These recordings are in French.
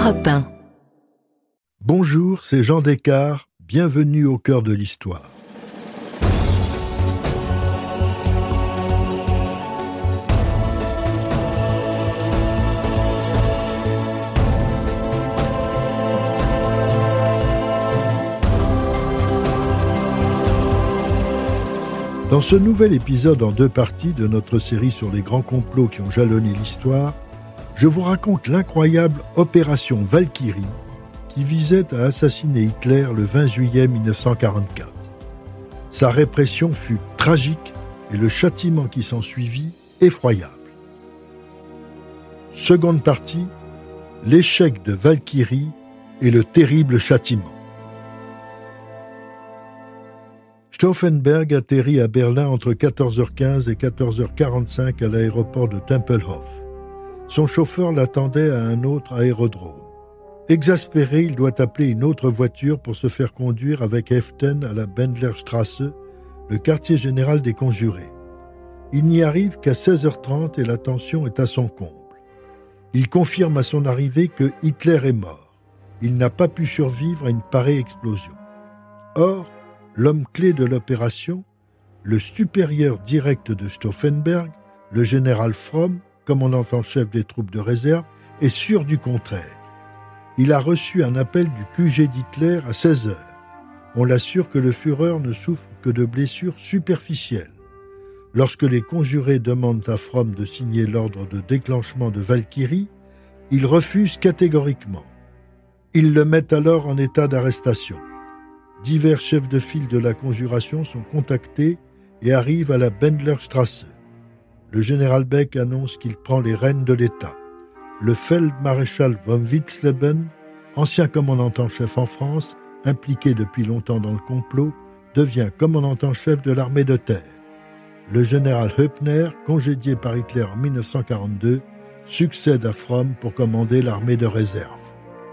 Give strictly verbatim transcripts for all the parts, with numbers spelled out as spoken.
Europe un. Bonjour, c'est Jean Descartes, bienvenue au cœur de l'histoire. Dans ce nouvel épisode en deux parties de notre série sur les grands complots qui ont jalonné l'histoire, je vous raconte l'incroyable opération Valkyrie qui visait à assassiner Hitler le vingt juillet mille neuf cent quarante-quatre. Sa répression fut tragique et le châtiment qui s'ensuivit effroyable. Seconde partie, l'échec de Valkyrie et le terrible châtiment. Stauffenberg atterrit à Berlin entre quatorze heures quinze et quatorze heures quarante-cinq à l'aéroport de Tempelhof. Son chauffeur l'attendait à un autre aérodrome. Exaspéré, il doit appeler une autre voiture pour se faire conduire avec Heften à la Bendlerstrasse, le quartier général des conjurés. Il n'y arrive qu'à seize heures trente et la tension est à son comble. Il confirme à son arrivée que Hitler est mort. Il n'a pas pu survivre à une pareille explosion. Or, l'homme clé de l'opération, le supérieur direct de Stauffenberg, le général Fromm, commandant en chef des troupes de réserve, est sûr du contraire. Il a reçu un appel du Q G d'Hitler à seize heures. On l'assure que le Führer ne souffre que de blessures superficielles. Lorsque les conjurés demandent à Fromm de signer l'ordre de déclenchement de Valkyrie, il refuse catégoriquement. Ils le mettent alors en état d'arrestation. Divers chefs de file de la conjuration sont contactés et arrivent à la Bendlerstrasse. Le général Beck annonce qu'il prend les rênes de l'État. Le Feldmaréchal von Witzleben, ancien commandant en chef en France, impliqué depuis longtemps dans le complot, devient commandant en chef de l'armée de terre. Le général Höppner, congédié par Hitler en mille neuf cent quarante-deux, succède à Fromm pour commander l'armée de réserve.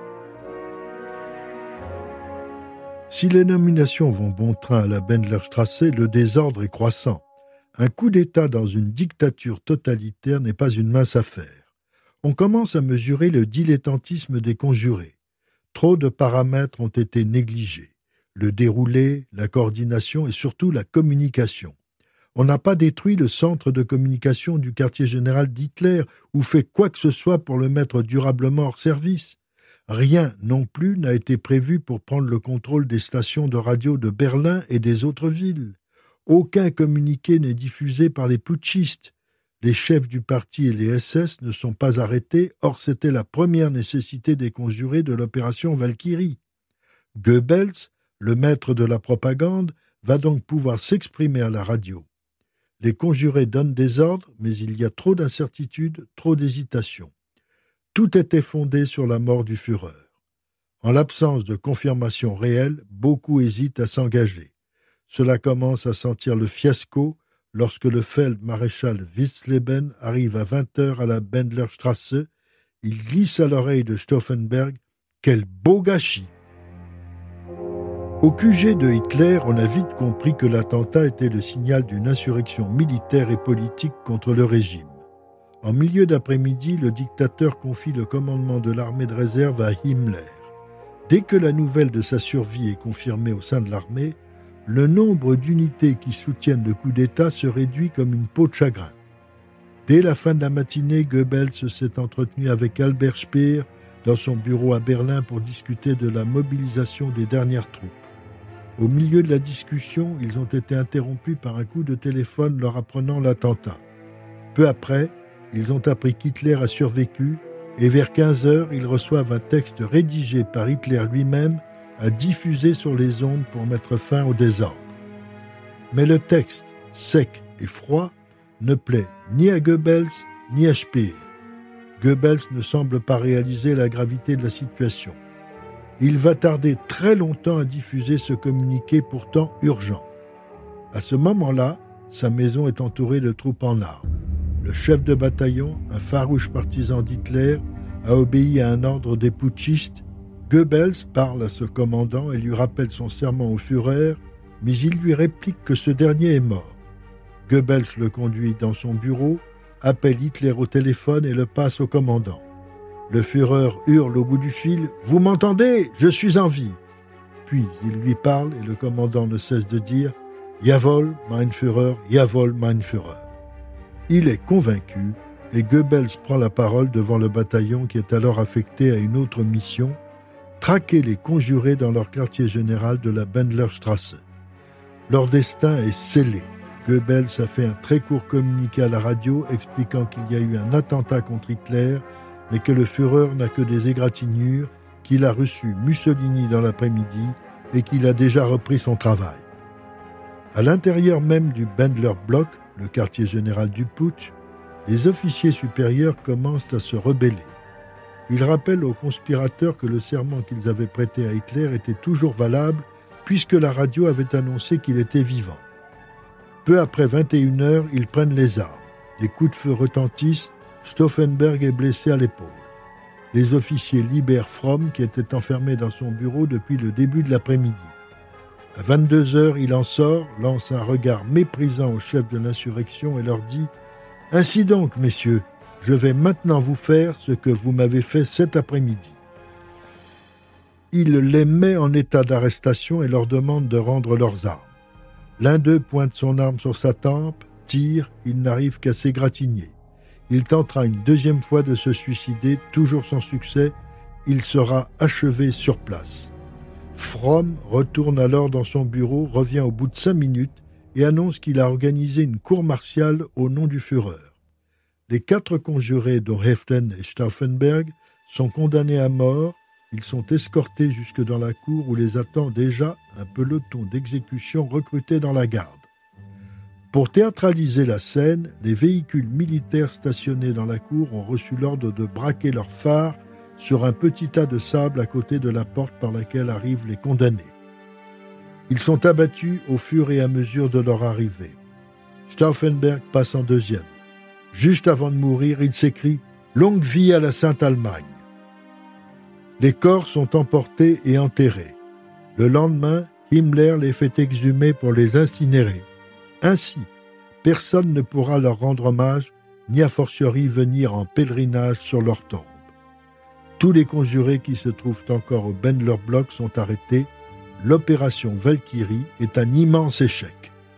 Si les nominations vont bon train à la Bendlerstrasse, le désordre est croissant. Un coup d'État dans une dictature totalitaire n'est pas une mince affaire. On commence à mesurer le dilettantisme des conjurés. Trop de paramètres ont été négligés. Le déroulé, la coordination et surtout la communication. On n'a pas détruit le centre de communication du quartier général d'Hitler ou fait quoi que ce soit pour le mettre durablement hors service. Rien non plus n'a été prévu pour prendre le contrôle des stations de radio de Berlin et des autres villes. Aucun communiqué n'est diffusé par les putschistes. Les chefs du parti et les S S ne sont pas arrêtés, or c'était la première nécessité des conjurés de l'opération Valkyrie. Goebbels, le maître de la propagande, va donc pouvoir s'exprimer à la radio. Les conjurés donnent des ordres, mais il y a trop d'incertitudes, trop d'hésitations. Tout était fondé sur la mort du Führer. En l'absence de confirmation réelle, beaucoup hésitent à s'engager. Cela commence à sentir le fiasco lorsque le Feldmaréchal Witzleben arrive à vingt heures à la Bendlerstrasse. Il glisse à l'oreille de Stauffenberg « Quel beau gâchis !» Au Q G de Hitler, on a vite compris que l'attentat était le signal d'une insurrection militaire et politique contre le régime. En milieu d'après-midi, le dictateur confie le commandement de l'armée de réserve à Himmler. Dès que la nouvelle de sa survie est confirmée au sein de l'armée, le nombre d'unités qui soutiennent le coup d'État se réduit comme une peau de chagrin. Dès la fin de la matinée, Goebbels s'est entretenu avec Albert Speer dans son bureau à Berlin pour discuter de la mobilisation des dernières troupes. Au milieu de la discussion, ils ont été interrompus par un coup de téléphone leur apprenant l'attentat. Peu après, ils ont appris qu'Hitler a survécu et vers quinze heures, ils reçoivent un texte rédigé par Hitler lui-même à diffuser sur les ondes pour mettre fin au désordre. Mais le texte, sec et froid, ne plaît ni à Goebbels ni à Speer. Goebbels ne semble pas réaliser la gravité de la situation. Il va tarder très longtemps à diffuser ce communiqué pourtant urgent. À ce moment-là, sa maison est entourée de troupes en armes. Le chef de bataillon, un farouche partisan d'Hitler, a obéi à un ordre des putschistes. Goebbels parle à ce commandant et lui rappelle son serment au Führer, mais il lui réplique que ce dernier est mort. Goebbels le conduit dans son bureau, appelle Hitler au téléphone et le passe au commandant. Le Führer hurle au bout du fil « Vous m'entendez ? Je suis en vie !» Puis il lui parle et le commandant ne cesse de dire « Jawohl, mein Führer, jawohl, mein Führer ». Il est convaincu et Goebbels prend la parole devant le bataillon qui est alors affecté à une autre mission, traquer les conjurés dans leur quartier général de la Bendlerstrasse. Leur destin est scellé. Goebbels a fait un très court communiqué à la radio expliquant qu'il y a eu un attentat contre Hitler, mais que le Führer n'a que des égratignures, qu'il a reçu Mussolini dans l'après-midi et qu'il a déjà repris son travail. À l'intérieur même du Bendlerblock, le quartier général du putsch, les officiers supérieurs commencent à se rebeller. Ils rappellent aux conspirateurs que le serment qu'ils avaient prêté à Hitler était toujours valable puisque la radio avait annoncé qu'il était vivant. Peu après vingt et une heures, ils prennent les armes. Des coups de feu retentissent, Stauffenberg est blessé à l'épaule. Les officiers libèrent Fromm qui était enfermé dans son bureau depuis le début de l'après-midi. À vingt-deux heures, il en sort, lance un regard méprisant au chef de l'insurrection et leur dit « Ainsi donc, messieurs, je vais maintenant vous faire ce que vous m'avez fait cet après-midi. » Il les met en état d'arrestation et leur demande de rendre leurs armes. L'un d'eux pointe son arme sur sa tempe, tire, il n'arrive qu'à s'égratigner. Il tentera une deuxième fois de se suicider, toujours sans succès, il sera achevé sur place. Fromm retourne alors dans son bureau, revient au bout de cinq minutes et annonce qu'il a organisé une cour martiale au nom du Führer. Les quatre conjurés, dont Heften et Stauffenberg, sont condamnés à mort. Ils sont escortés jusque dans la cour où les attend déjà un peloton d'exécution recruté dans la garde. Pour théâtraliser la scène, les véhicules militaires stationnés dans la cour ont reçu l'ordre de braquer leurs phares sur un petit tas de sable à côté de la porte par laquelle arrivent les condamnés. Ils sont abattus au fur et à mesure de leur arrivée. Stauffenberg passe en deuxième. Juste avant de mourir, il s'écrie « Longue vie à la Sainte-Allemagne ». Les corps sont emportés et enterrés. Le lendemain, Himmler les fait exhumer pour les incinérer. Ainsi, personne ne pourra leur rendre hommage, ni a fortiori venir en pèlerinage sur leur tombe. Tous les conjurés qui se trouvent encore au Bendlerblock sont arrêtés. L'opération Valkyrie est un immense échec.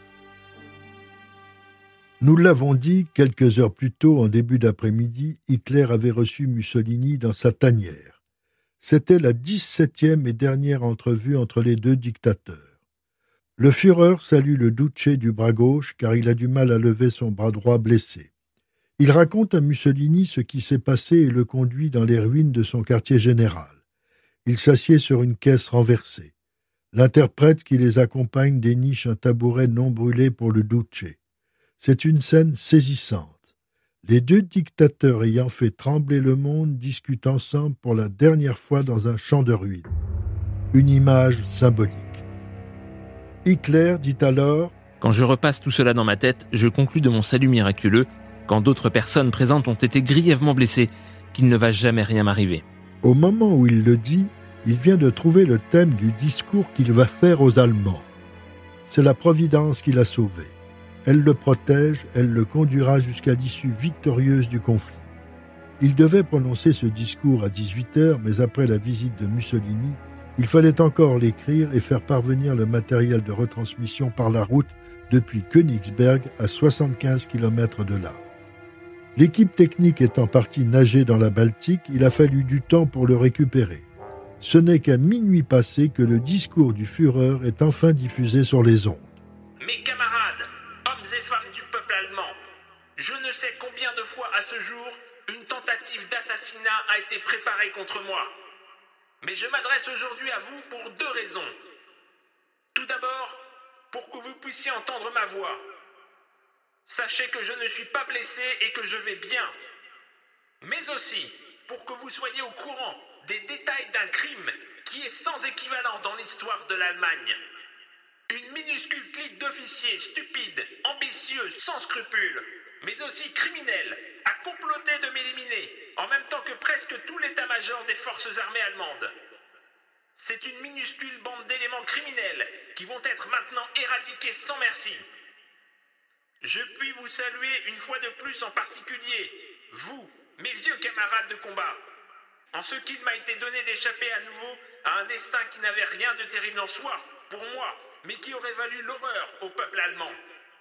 Nous l'avons dit, quelques heures plus tôt, en début d'après-midi, Hitler avait reçu Mussolini dans sa tanière. C'était la dix-septième et dernière entrevue entre les deux dictateurs. Le Führer salue le Duce du bras gauche car il a du mal à lever son bras droit blessé. Il raconte à Mussolini ce qui s'est passé et le conduit dans les ruines de son quartier général. Il s'assied sur une caisse renversée. L'interprète qui les accompagne déniche un tabouret non brûlé pour le Duce. C'est une scène saisissante. Les deux dictateurs ayant fait trembler le monde discutent ensemble pour la dernière fois dans un champ de ruines. Une image symbolique. Hitler dit alors « Quand je repasse tout cela dans ma tête, je conclus de mon salut miraculeux, quand d'autres personnes présentes ont été grièvement blessées, qu'il ne va jamais rien m'arriver. » Au moment où il le dit, il vient de trouver le thème du discours qu'il va faire aux Allemands. C'est la Providence qui l'a sauvé. Elle le protège, elle le conduira jusqu'à l'issue victorieuse du conflit. Il devait prononcer ce discours à dix-huit heures, mais après la visite de Mussolini, il fallait encore l'écrire et faire parvenir le matériel de retransmission par la route depuis Königsberg à soixante-quinze kilomètres de là. L'équipe technique étant partie nager dans la Baltique, il a fallu du temps pour le récupérer. Ce n'est qu'à minuit passé que le discours du Führer est enfin diffusé sur les ondes. Mes camarades, hommes et femmes du peuple allemand, je ne sais combien de fois à ce jour une tentative d'assassinat a été préparée contre moi. Mais je m'adresse aujourd'hui à vous pour deux raisons. Tout d'abord, pour que vous puissiez entendre ma voix. Sachez que je ne suis pas blessé et que je vais bien. Mais aussi, pour que vous soyez au courant des détails d'un crime qui est sans équivalent dans l'histoire de l'Allemagne. Une minuscule clique d'officiers stupides, ambitieux, sans scrupules, mais aussi criminels, a comploté de m'éliminer, en même temps que presque tout l'état-major des forces armées allemandes. C'est une minuscule bande d'éléments criminels qui vont être maintenant éradiqués sans merci. Je puis vous saluer une fois de plus en particulier, vous, mes vieux camarades de combat. En ce qu'il m'a été donné d'échapper à nouveau à un destin qui n'avait rien de terrible en soi, pour moi, mais qui aurait valu l'horreur au peuple allemand.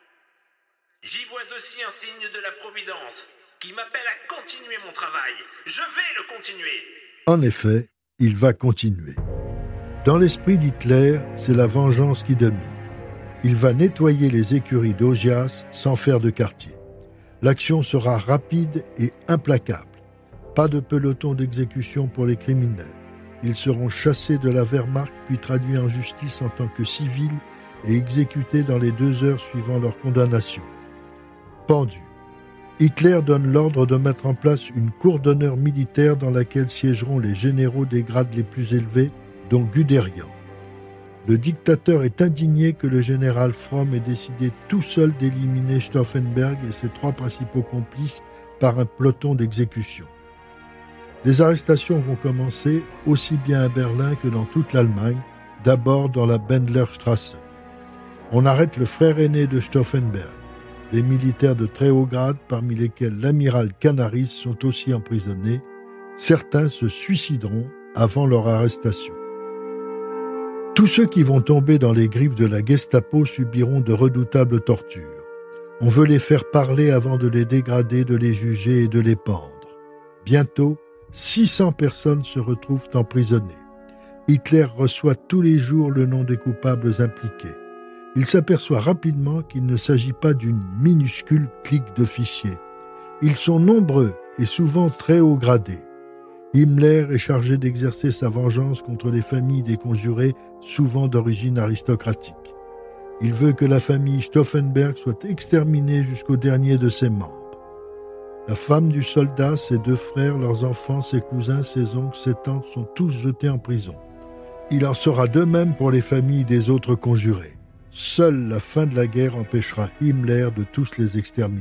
J'y vois aussi un signe de la Providence, qui m'appelle à continuer mon travail. Je vais le continuer. En effet, il va continuer. Dans l'esprit d'Hitler, c'est la vengeance qui domine. Il va nettoyer les écuries d'Augias sans faire de quartier. L'action sera rapide et implacable. Pas de peloton d'exécution pour les criminels. Ils seront chassés de la Wehrmacht puis traduits en justice en tant que civils et exécutés dans les deux heures suivant leur condamnation. Pendus. Hitler donne l'ordre de mettre en place une cour d'honneur militaire dans laquelle siégeront les généraux des grades les plus élevés, dont Guderian. Le dictateur est indigné que le général Fromm ait décidé tout seul d'éliminer Stauffenberg et ses trois principaux complices par un peloton d'exécution. Les arrestations vont commencer aussi bien à Berlin que dans toute l'Allemagne, d'abord dans la Bendlerstrasse. On arrête le frère aîné de Stauffenberg. Des militaires de très haut grade, parmi lesquels l'amiral Canaris, sont aussi emprisonnés. Certains se suicideront avant leur arrestation. Tous ceux qui vont tomber dans les griffes de la Gestapo subiront de redoutables tortures. On veut les faire parler avant de les dégrader, de les juger et de les pendre. Bientôt, six cents personnes se retrouvent emprisonnées. Hitler reçoit tous les jours le nom des coupables impliqués. Il s'aperçoit rapidement qu'il ne s'agit pas d'une minuscule clique d'officiers. Ils sont nombreux et souvent très haut gradés. Himmler est chargé d'exercer sa vengeance contre les familles des conjurés, souvent d'origine aristocratique. Il veut que la famille Stauffenberg soit exterminée jusqu'au dernier de ses membres. La femme du soldat, ses deux frères, leurs enfants, ses cousins, ses oncles, ses tantes sont tous jetés en prison. Il en sera de même pour les familles des autres conjurés. Seule la fin de la guerre empêchera Himmler de tous les exterminer.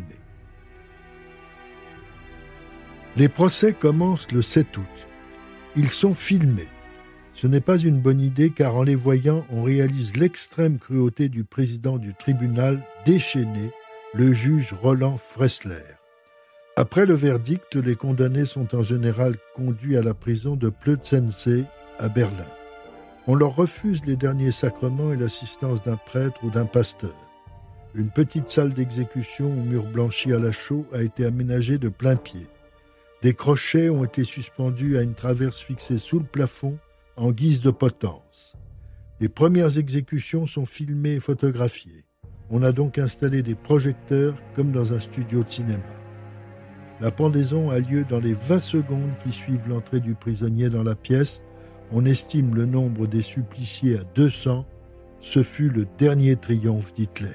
Les procès commencent le sept août. Ils sont filmés. Ce n'est pas une bonne idée car en les voyant, on réalise l'extrême cruauté du président du tribunal déchaîné, le juge Roland Fressler. Après le verdict, les condamnés sont en général conduits à la prison de Plötzensee à Berlin. On leur refuse les derniers sacrements et l'assistance d'un prêtre ou d'un pasteur. Une petite salle d'exécution aux murs blanchis à la chaux a été aménagée de plain-pied. Des crochets ont été suspendus à une traverse fixée sous le plafond en guise de potence. Les premières exécutions sont filmées et photographiées. On a donc installé des projecteurs comme dans un studio de cinéma. La pendaison a lieu dans les vingt secondes qui suivent l'entrée du prisonnier dans la pièce. On estime le nombre des suppliciés à deux cents. Ce fut le dernier triomphe d'Hitler.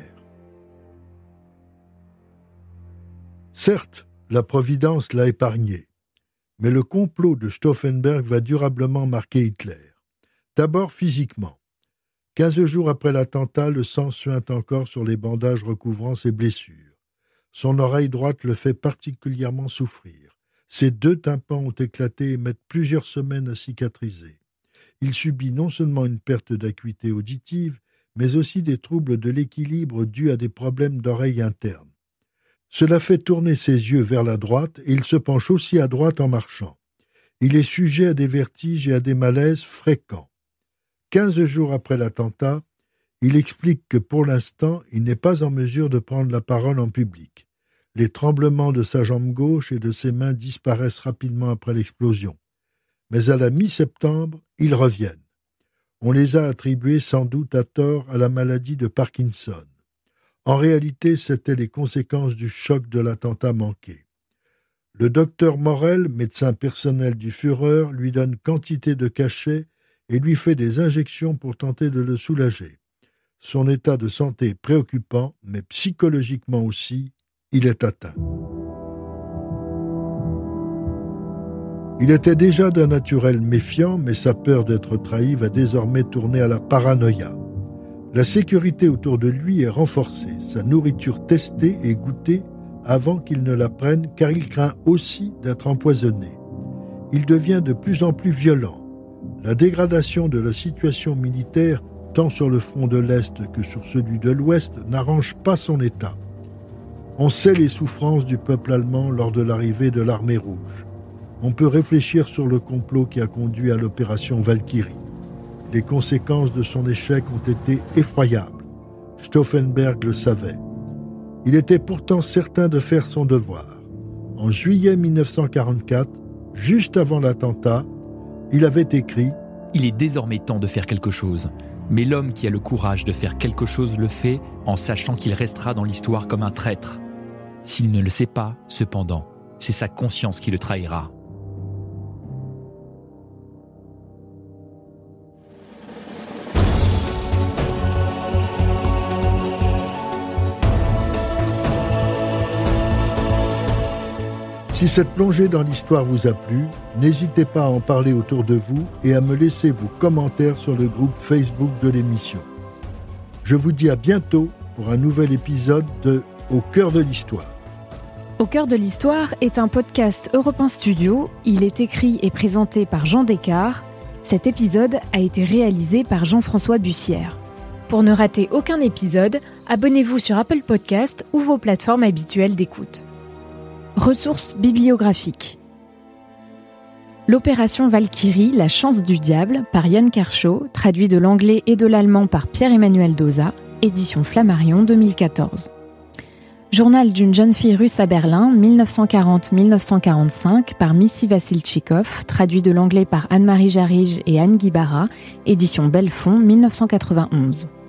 Certes, la Providence l'a épargné, mais le complot de Stauffenberg va durablement marquer Hitler. D'abord physiquement. Quinze jours après l'attentat, le sang suinte encore sur les bandages recouvrant ses blessures. Son oreille droite le fait particulièrement souffrir. Ses deux tympans ont éclaté et mettent plusieurs semaines à cicatriser. Il subit non seulement une perte d'acuité auditive, mais aussi des troubles de l'équilibre dus à des problèmes d'oreille interne. Cela fait tourner ses yeux vers la droite et il se penche aussi à droite en marchant. Il est sujet à des vertiges et à des malaises fréquents. Quinze jours après l'attentat, il explique que pour l'instant, il n'est pas en mesure de prendre la parole en public. Les tremblements de sa jambe gauche et de ses mains disparaissent rapidement après l'explosion. Mais à la mi-septembre, ils reviennent. On les a attribués sans doute à tort à la maladie de Parkinson. En réalité, c'étaient les conséquences du choc de l'attentat manqué. Le docteur Morel, médecin personnel du Führer, lui donne quantité de cachets et lui fait des injections pour tenter de le soulager. Son état de santé est préoccupant, mais psychologiquement aussi, il est atteint. Il était déjà d'un naturel méfiant, mais sa peur d'être trahi va désormais tourner à la paranoïa. La sécurité autour de lui est renforcée, sa nourriture testée et goûtée avant qu'il ne la prenne, car il craint aussi d'être empoisonné. Il devient de plus en plus violent. La dégradation de la situation militaire, tant sur le front de l'Est que sur celui de l'Ouest, n'arrange pas son état. On sait les souffrances du peuple allemand lors de l'arrivée de l'armée rouge. on peut réfléchir sur le complot qui a conduit à l'opération Valkyrie. Les conséquences de son échec ont été effroyables. Stauffenberg le savait. Il était pourtant certain de faire son devoir. En juillet mille neuf cent quarante-quatre, juste avant l'attentat, il avait écrit « Il est désormais temps de faire quelque chose. Mais l'homme qui a le courage de faire quelque chose le fait en sachant qu'il restera dans l'histoire comme un traître. S'il ne le sait pas, cependant, c'est sa conscience qui le trahira. » Si cette plongée dans l'histoire vous a plu, n'hésitez pas à en parler autour de vous et à me laisser vos commentaires sur le groupe Facebook de l'émission. Je vous dis à bientôt pour un nouvel épisode de Au cœur de l'histoire. Au cœur de l'histoire est un podcast Europe un Studio. Il est écrit et présenté par Jean Descartes. Cet épisode a été réalisé par Jean-François Bussière. Pour ne rater aucun épisode, abonnez-vous sur Apple Podcasts ou vos plateformes habituelles d'écoute. Ressources bibliographiques. L'opération Valkyrie, la chance du diable, par Yann Kershaw, traduit de l'anglais et de l'allemand par Pierre-Emmanuel Doza, édition Flammarion deux mille quatorze. Journal d'une jeune fille russe à Berlin, dix-neuf cent quarante à dix-neuf cent quarante-cinq, par Missy Vassiltchikov, traduit de l'anglais par Anne-Marie Jarige et Anne Guibara, édition Belfond, dix-neuf cent quatre-vingt-onze.